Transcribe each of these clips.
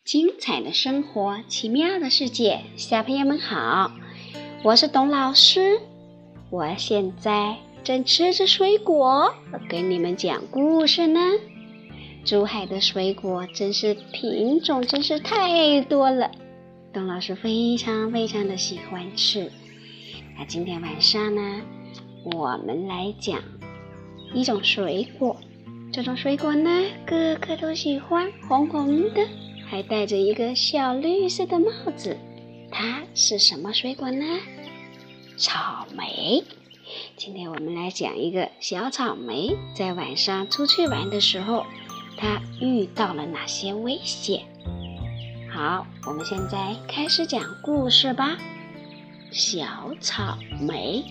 精彩的生活，奇妙的世界，小朋友们好，我是董老师。我现在正吃着水果，跟你们讲故事呢。珠海的水果品种真是太多了，董老师非常的喜欢吃。那今天晚上呢，我们来讲一种水果，这种水果呢，个个都喜欢，红红的，还戴着一个小绿色的帽子。它是什么水果呢？草莓。今天我们来讲一个小草莓在晚上出去玩的时候，它遇到了哪些危险。好，我们现在开始讲故事吧。小草莓。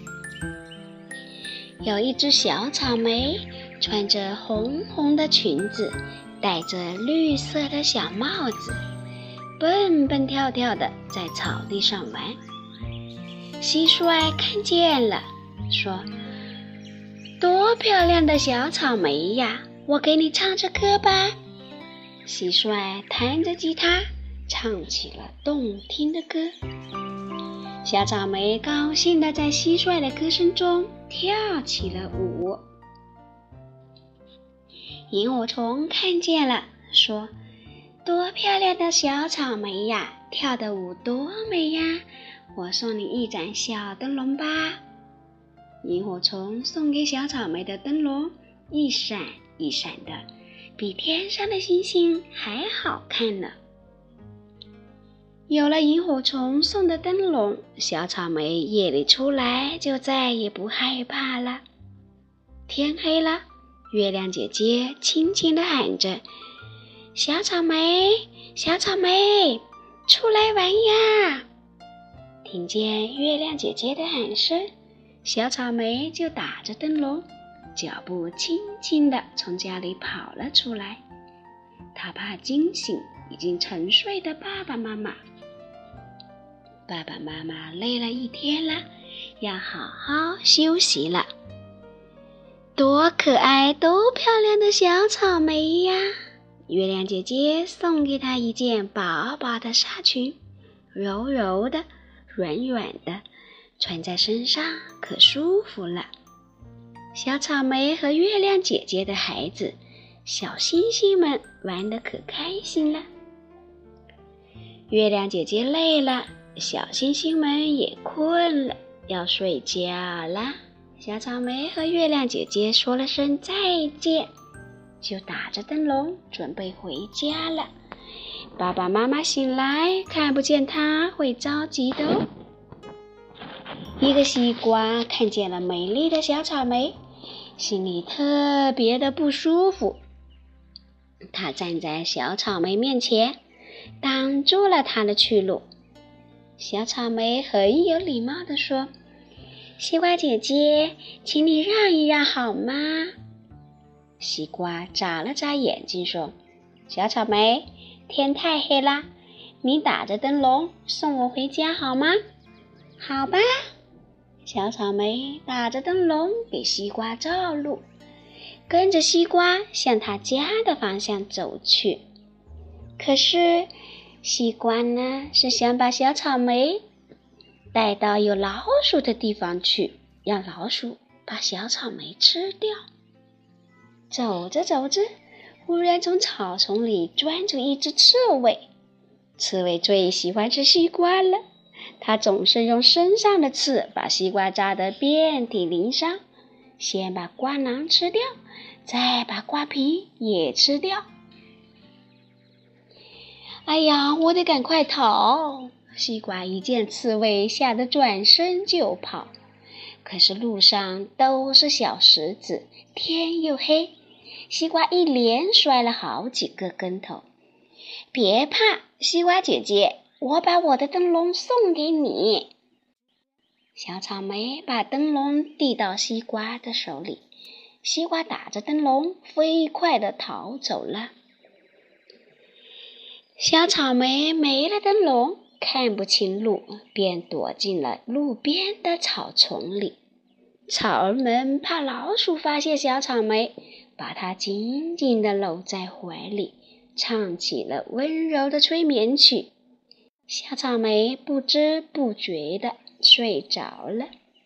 有一只小草莓，穿着红红的裙子，戴着绿色的小帽子，蹦蹦跳跳的在草地上玩。蟋蟀看见了，说：多漂亮的小草莓呀，我给你唱着歌吧。蟋蟀弹着吉他，唱起了动听的歌。小草莓高兴地在蟋蟀的歌声中跳起了舞。萤火虫看见了，说：多漂亮的小草莓呀，跳的舞多美呀，我送你一盏小灯笼吧。萤火虫送给小草莓的灯笼一闪一闪的，比天上的星星还好看呢。有了萤火虫送的灯笼，小草莓夜里出来就再也不害怕了。天黑了，月亮姐姐轻轻地喊着：小草莓，小草莓，出来玩呀！听见月亮姐姐的喊声，小草莓就打着灯笼，脚步轻轻地从家里跑了出来。她怕惊醒已经沉睡的爸爸妈妈。爸爸妈妈累了一天了，要好好休息了。多可爱多漂亮的小草莓呀！月亮姐姐送给她一件薄薄的纱裙，柔柔的，软软的，穿在身上可舒服了。小草莓和月亮姐姐的孩子小星星们玩得可开心了。月亮姐姐累了，小星星们也困了，要睡觉了。小草莓和月亮姐姐说了声再见，就打着灯笼准备回家了。爸爸妈妈醒来看不见他会着急的哦。一个西瓜看见了美丽的小草莓，心里特别的不舒服。他站在小草莓面前，挡住了他的去路。小草莓很有礼貌地说：西瓜姐姐，请你让一让好吗？西瓜眨了眨眼睛说：小草莓，天太黑啦，你打着灯笼送我回家好吗？好吧。小草莓打着灯笼给西瓜照路，跟着西瓜向他家的方向走去。可是西瓜呢，是想把小草莓带到有老鼠的地方去，让老鼠把小草莓吃掉。走着走着，忽然从草丛里钻出一只刺猬。刺猬最喜欢吃西瓜了，它总是用身上的刺把西瓜扎得遍体鳞伤，先把瓜囊吃掉，再把瓜皮也吃掉。哎呀，我得赶快逃！西瓜一见刺猬，吓得转身就跑。可是路上都是小石子，天又黑，西瓜一连摔了好几个跟头。别怕，西瓜姐姐，我把我的灯笼送给你。小草莓把灯笼递到西瓜的手里，西瓜打着灯笼飞快地逃走了。小草莓没了灯笼，看不清路，便躲进了路边的草丛里。草儿们怕老鼠发现小草莓，把它紧紧地搂在怀里， 唱起了温柔的催眠曲。小草莓不知不觉地睡着了。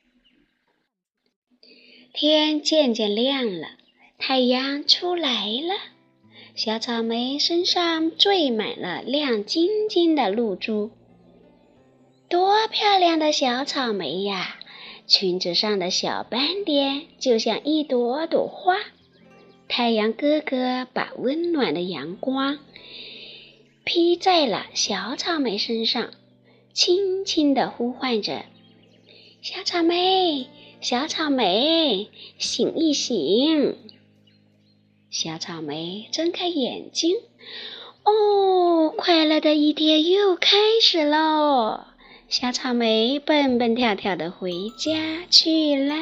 天渐渐亮了，太阳出来了，小草莓身上缀满了亮晶晶的露珠。多漂亮的小草莓呀！裙子上的小斑点就像一朵朵花。太阳哥哥把温暖的阳光披在了小草莓身上，轻轻地呼唤着：小草莓，小草莓，醒一醒！小草莓睁开眼睛，哦，快乐的一天又开始喽！小草莓蹦蹦跳跳地回家去了。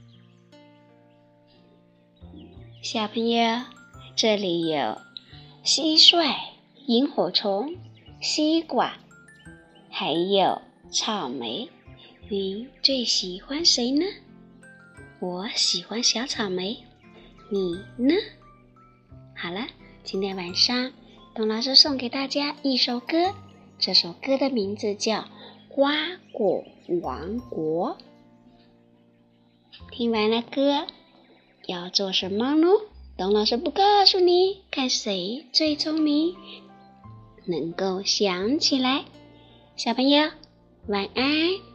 小朋友，这里有蟋蟀、萤火虫、西瓜，还有草莓，你最喜欢谁呢？我喜欢小草莓，你呢？好了，今天晚上董老师送给大家一首歌，这首歌的名字叫《花果王国》。听完了歌，要做什么呢？董老师不告诉你，看谁最聪明，能够想起来。小朋友，晚安。